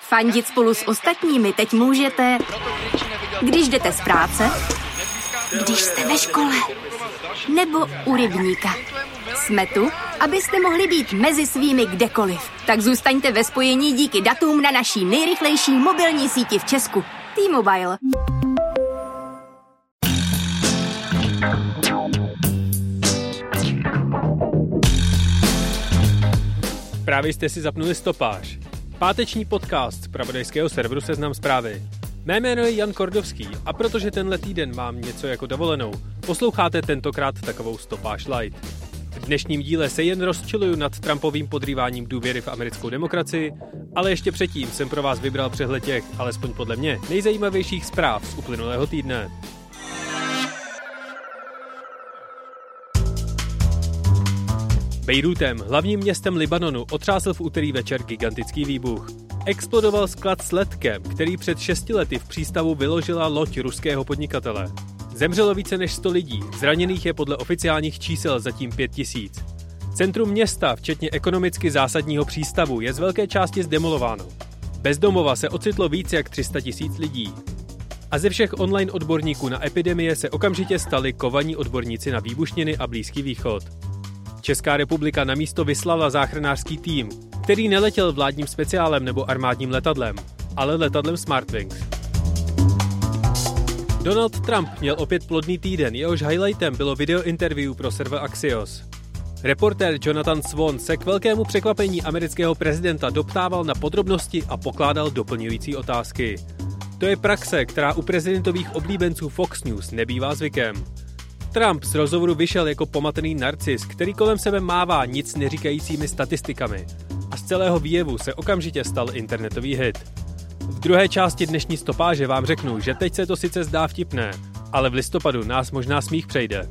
Fandit spolu s ostatními teď můžete, když jdete z práce, když jste ve škole, nebo u rybníka. Jsme tu, abyste mohli být mezi svými kdekoliv. Tak zůstaňte ve spojení díky datům na naší nejrychlejší mobilní síti v Česku. T-Mobile. Právě jste si zapnuli Stopáž. Páteční podcast z zpravodajského serveru Seznam Zprávy. Mé jméno je Jan Kordovský a protože tenhle týden mám něco jako dovolenou, posloucháte tentokrát takovou Stopáž light. V dnešním díle se jen rozčiluju nad Trumpovým podrýváním důvěry v americkou demokracii, ale ještě předtím jsem pro vás vybral přehled těch, alespoň podle mě, nejzajímavějších zpráv z uplynulého týdne. Bejrútem, hlavním městem Libanonu, otřásl v úterý večer gigantický výbuch. Explodoval sklad s letkem, který před 6 lety v přístavu vyložila loď ruského podnikatele. Zemřelo více než 100 lidí, zraněných je podle oficiálních čísel zatím 5 000. Centrum města, včetně ekonomicky zásadního přístavu, je z velké části zdemolováno. Bez domova se ocitlo více jak 300 000 lidí. A ze všech online odborníků na epidemie se okamžitě stali kovaní odborníci na výbušniny a Blízký východ. Česká republika na místo vyslala záchranářský tým, který neletěl vládním speciálem nebo armádním letadlem, ale letadlem Smartwings. Donald Trump měl opět plodný týden, jehož highlightem bylo videointerview pro server Axios. Reportér Jonathan Swan se k velkému překvapení amerického prezidenta doptával na podrobnosti a pokládal doplňující otázky. To je praxe, která u prezidentových oblíbenců Fox News nebývá zvykem. Trump z rozhovoru vyšel jako pomatený narcis, který kolem sebe mává nic neříkajícími statistikami. A z celého výjevu se okamžitě stal internetový hit. V druhé části dnešní Stopáže vám řeknu, že teď se to sice zdá vtipné, ale v listopadu nás možná smích přejde.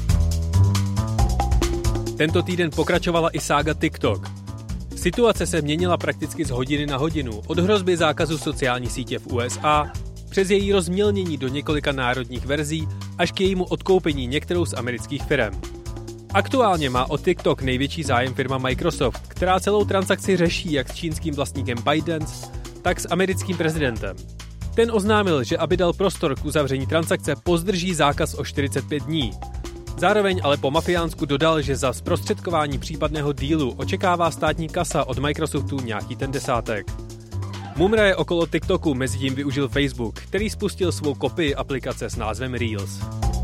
Tento týden pokračovala i sága TikTok. Situace se měnila prakticky z hodiny na hodinu, od hrozby zákazu sociální sítě v USA, přes její rozmělnění do několika národních verzí, až k jejímu odkoupení některou z amerických firem. Aktuálně má o TikTok největší zájem firma Microsoft, která celou transakci řeší jak s čínským vlastníkem ByteDance, tak s americkým prezidentem. Ten oznámil, že aby dal prostor k uzavření transakce, pozdrží zákaz o 45 dní. Zároveň ale po mafiánsku dodal, že za zprostředkování případného dílu očekává státní kasa od Microsoftu nějaký ten desátek. Mumraje okolo TikToku mezitím využil Facebook, který spustil svou kopii aplikace s názvem Reels.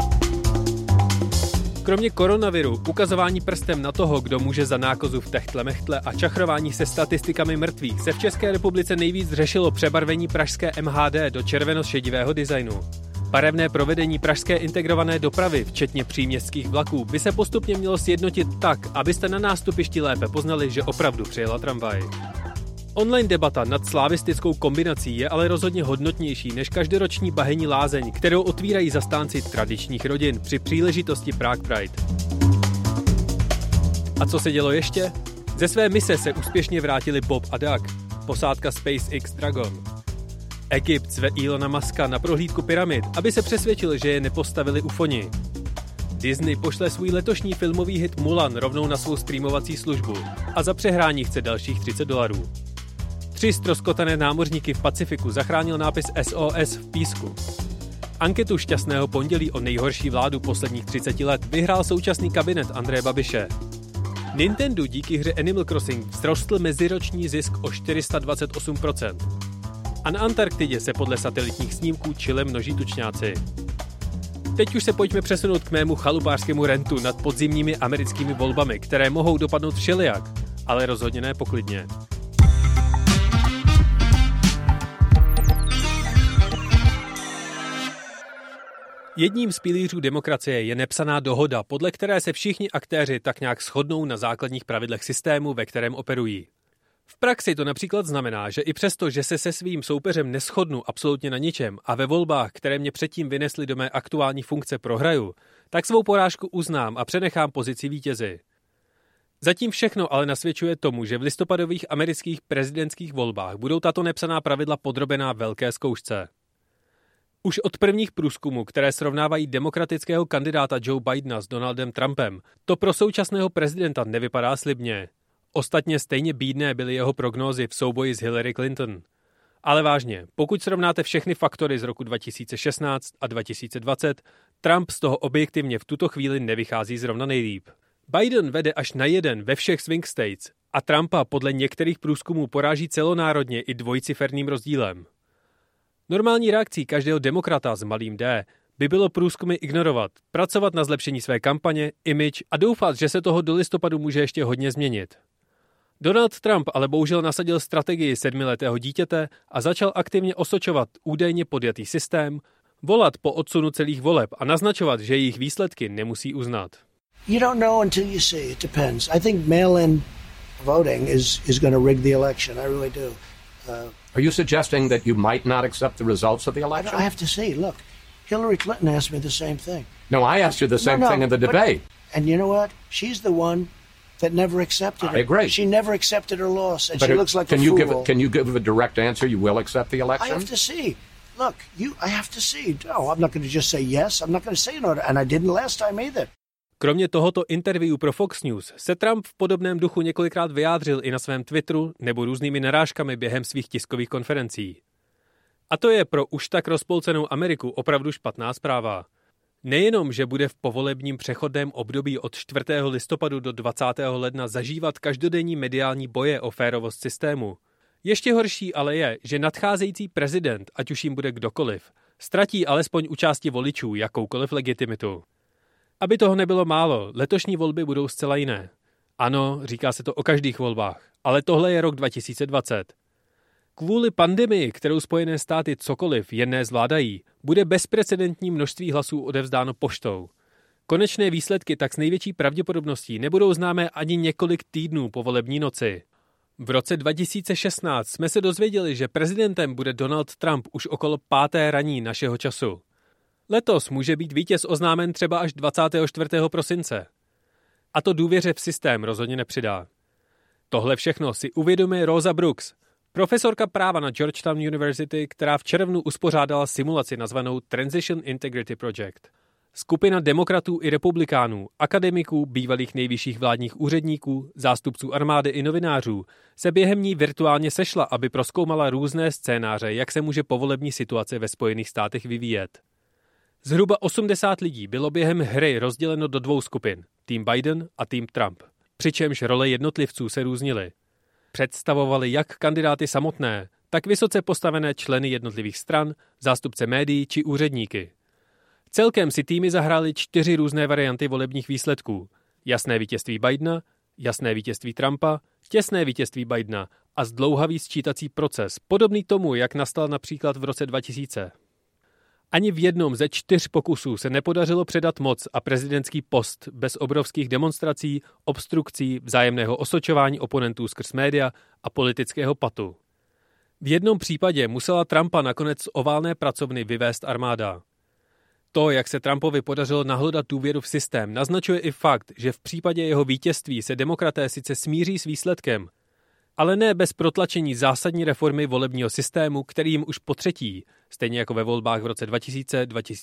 Kromě koronaviru, ukazování prstem na toho, kdo může za nákazu v techtle-mechtle a čachrování se statistikami mrtvých, se v České republice nejvíc řešilo přebarvení pražské MHD do červeno-šedivého designu. Barevné provedení pražské integrované dopravy, včetně příměstských vlaků, by se postupně mělo sjednotit tak, abyste na nástupišti lépe poznali, že opravdu přijela tramvaj. Online debata nad slavistickou kombinací je ale rozhodně hodnotnější než každoroční bahenní lázeň, kterou otvírají zastánci tradičních rodin při příležitosti Prague Pride. A co se dělo ještě? Ze své mise se úspěšně vrátili Bob a Doug, posádka SpaceX Dragon. Egypt zve Elona Muska na prohlídku pyramid, aby se přesvědčil, že je nepostavili ufoni. Disney pošle svůj letošní filmový hit Mulan rovnou na svou streamovací službu a za přehrání chce dalších $30. 3 ztroskotané námořníky v Pacifiku zachránil nápis SOS v písku. Anketu Šťastného pondělí o nejhorší vládu posledních 30 let vyhrál současný kabinet Andreje Babiše. Nintendo díky hře Animal Crossing vzrostl meziroční zisk o 428%. A na Antarktidě se podle satelitních snímků čile množí tučňáci. Teď už se pojďme přesunout k mému chalupářskému rentu nad podzimními americkými volbami, které mohou dopadnout všelijak, ale rozhodně ne poklidně. Jedním z pilířů demokracie je nepsaná dohoda, podle které se všichni aktéři tak nějak shodnou na základních pravidlech systému, ve kterém operují. V praxi to například znamená, že i přesto, že se svým soupeřem neshodnu absolutně na ničem a ve volbách, které mě předtím vynesly do mé aktuální funkce, prohraju, tak svou porážku uznám a přenechám pozici vítězi. Zatím všechno ale nasvědčuje tomu, že v listopadových amerických prezidentských volbách budou tato nepsaná pravidla podrobená velké zkoušce. Už od prvních průzkumů, které srovnávají demokratického kandidáta Joe Bidena s Donaldem Trumpem, to pro současného prezidenta nevypadá slibně. Ostatně stejně bídné byly jeho prognózy v souboji s Hillary Clinton. Ale vážně, pokud srovnáte všechny faktory z roku 2016 a 2020, Trump z toho objektivně v tuto chvíli nevychází zrovna nejlíp. Biden vede až na 1 ve všech swing states a Trumpa podle některých průzkumů poráží celonárodně i dvojciferným rozdílem. Normální reakcí každého demokrata s malým D by bylo průzkumy ignorovat, pracovat na zlepšení své kampaně, image a doufat, že se toho do listopadu může ještě hodně změnit. Donald Trump ale bohužel nasadil strategii 7letého dítěte a začal aktivně osočovat údajně podjatý systém, volat po odsunu celých voleb a naznačovat, že jejich výsledky nemusí uznat. You don't know until you see. It depends. I think mail-in voting is going to rig the election. I really do. Are you suggesting that you might not accept the results of the election? I have to see. Look, Hillary Clinton asked me the same thing. No, I asked you the same thing in the debate. And you know what? She's the one that never accepted it. I agree. She never accepted her loss, and she looks like a fool. Can you give a direct answer? You will accept the election? I have to see. Look, I have to see. No, I'm not going to just say yes. I'm not going to say no, and I didn't last time either. Kromě tohoto interview pro Fox News se Trump v podobném duchu několikrát vyjádřil i na svém Twitteru nebo různými narážkami během svých tiskových konferencí. A to je pro už tak rozpolcenou Ameriku opravdu špatná zpráva. Nejenom, že bude v povolebním přechodném období od 4. listopadu do 20. ledna zažívat každodenní mediální boje o férovost systému. Ještě horší ale je, že nadcházející prezident, ať už jim bude kdokoliv, ztratí alespoň u části voličů jakoukoliv legitimitu. Aby toho nebylo málo, letošní volby budou zcela jiné. Ano, říká se to o každých volbách, ale tohle je rok 2020. Kvůli pandemii, kterou Spojené státy cokoliv jen nezvládají, bude bezprecedentní množství hlasů odevzdáno poštou. Konečné výsledky tak s největší pravděpodobností nebudou známé ani několik týdnů po volební noci. V roce 2016 jsme se dozvěděli, že prezidentem bude Donald Trump už okolo 5. raní našeho času. Letos může být vítěz oznámen třeba až 24. prosince. A to důvěře v systém rozhodně nepřidá. Tohle všechno si uvědomuje Rosa Brooks, profesorka práva na Georgetown University, která v červnu uspořádala simulaci nazvanou Transition Integrity Project. Skupina demokratů i republikánů, akademiků, bývalých nejvyšších vládních úředníků, zástupců armády i novinářů se během ní virtuálně sešla, aby prozkoumala různé scénáře, jak se může povolební situace ve Spojených státech vyvíjet. Zhruba 80 lidí bylo během hry rozděleno do 2 skupin, tým Biden a tým Trump, přičemž role jednotlivců se různily. Představovali jak kandidáty samotné, tak vysoce postavené členy jednotlivých stran, zástupce médií či úředníky. Celkem si týmy zahrály 4 různé varianty volebních výsledků. Jasné vítězství Bidena, jasné vítězství Trumpa, těsné vítězství Bidena a zdlouhavý sčítací proces, podobný tomu, jak nastal například v roce 2000. Ani v jednom ze 4 pokusů se nepodařilo předat moc a prezidentský post bez obrovských demonstrací, obstrukcí, vzájemného osočování oponentů skrz média a politického patu. V jednom případě musela Trumpa nakonec z oválné pracovny vyvést armáda. To, jak se Trumpovi podařilo nahlodat důvěru v systém, naznačuje i fakt, že v případě jeho vítězství se demokraté sice smíří s výsledkem, ale ne bez protlačení zásadní reformy volebního systému, který jim už po 3., stejně jako ve volbách v roce 2000,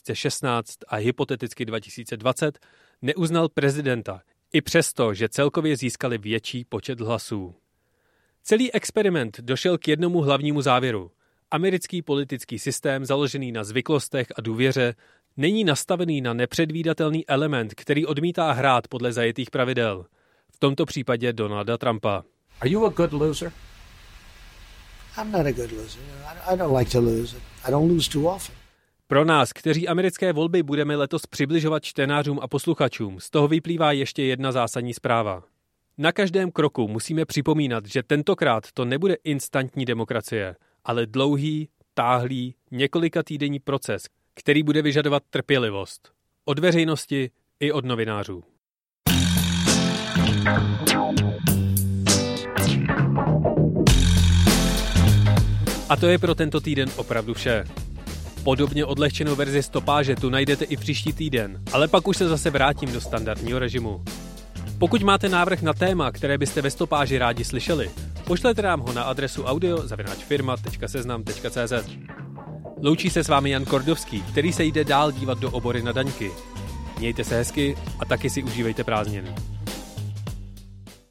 2016 a hypoteticky 2020, neuznal prezidenta, i přesto, že celkově získali větší počet hlasů. Celý experiment došel k jednomu hlavnímu závěru. Americký politický systém, založený na zvyklostech a důvěře, není nastavený na nepředvídatelný element, který odmítá hrát podle zajetých pravidel. V tomto případě Donalda Trumpa. Are you a good loser? I'm not a good loser. I don't like to lose. I don't lose too often. Pro nás, kteří americké volby budeme letos přibližovat čtenářům a posluchačům, z toho vyplývá ještě jedna zásadní zpráva. Na každém kroku musíme připomínat, že tentokrát to nebude instantní demokracie, ale dlouhý, táhlý, několikatýdenní proces, který bude vyžadovat trpělivost. Od veřejnosti i od novinářů. A to je pro tento týden opravdu vše. Podobně odlehčenou verzi stopáže tu najdete i příští týden, ale pak už se zase vrátím do standardního režimu. Pokud máte návrh na téma, které byste ve stopáži rádi slyšeli, pošlete nám ho na adresu audio@firma.seznam.cz. Loučí se s vámi Jan Kordovský, který se jde dál dívat do obory na daňky. Mějte se hezky a taky si užívejte prázdnin.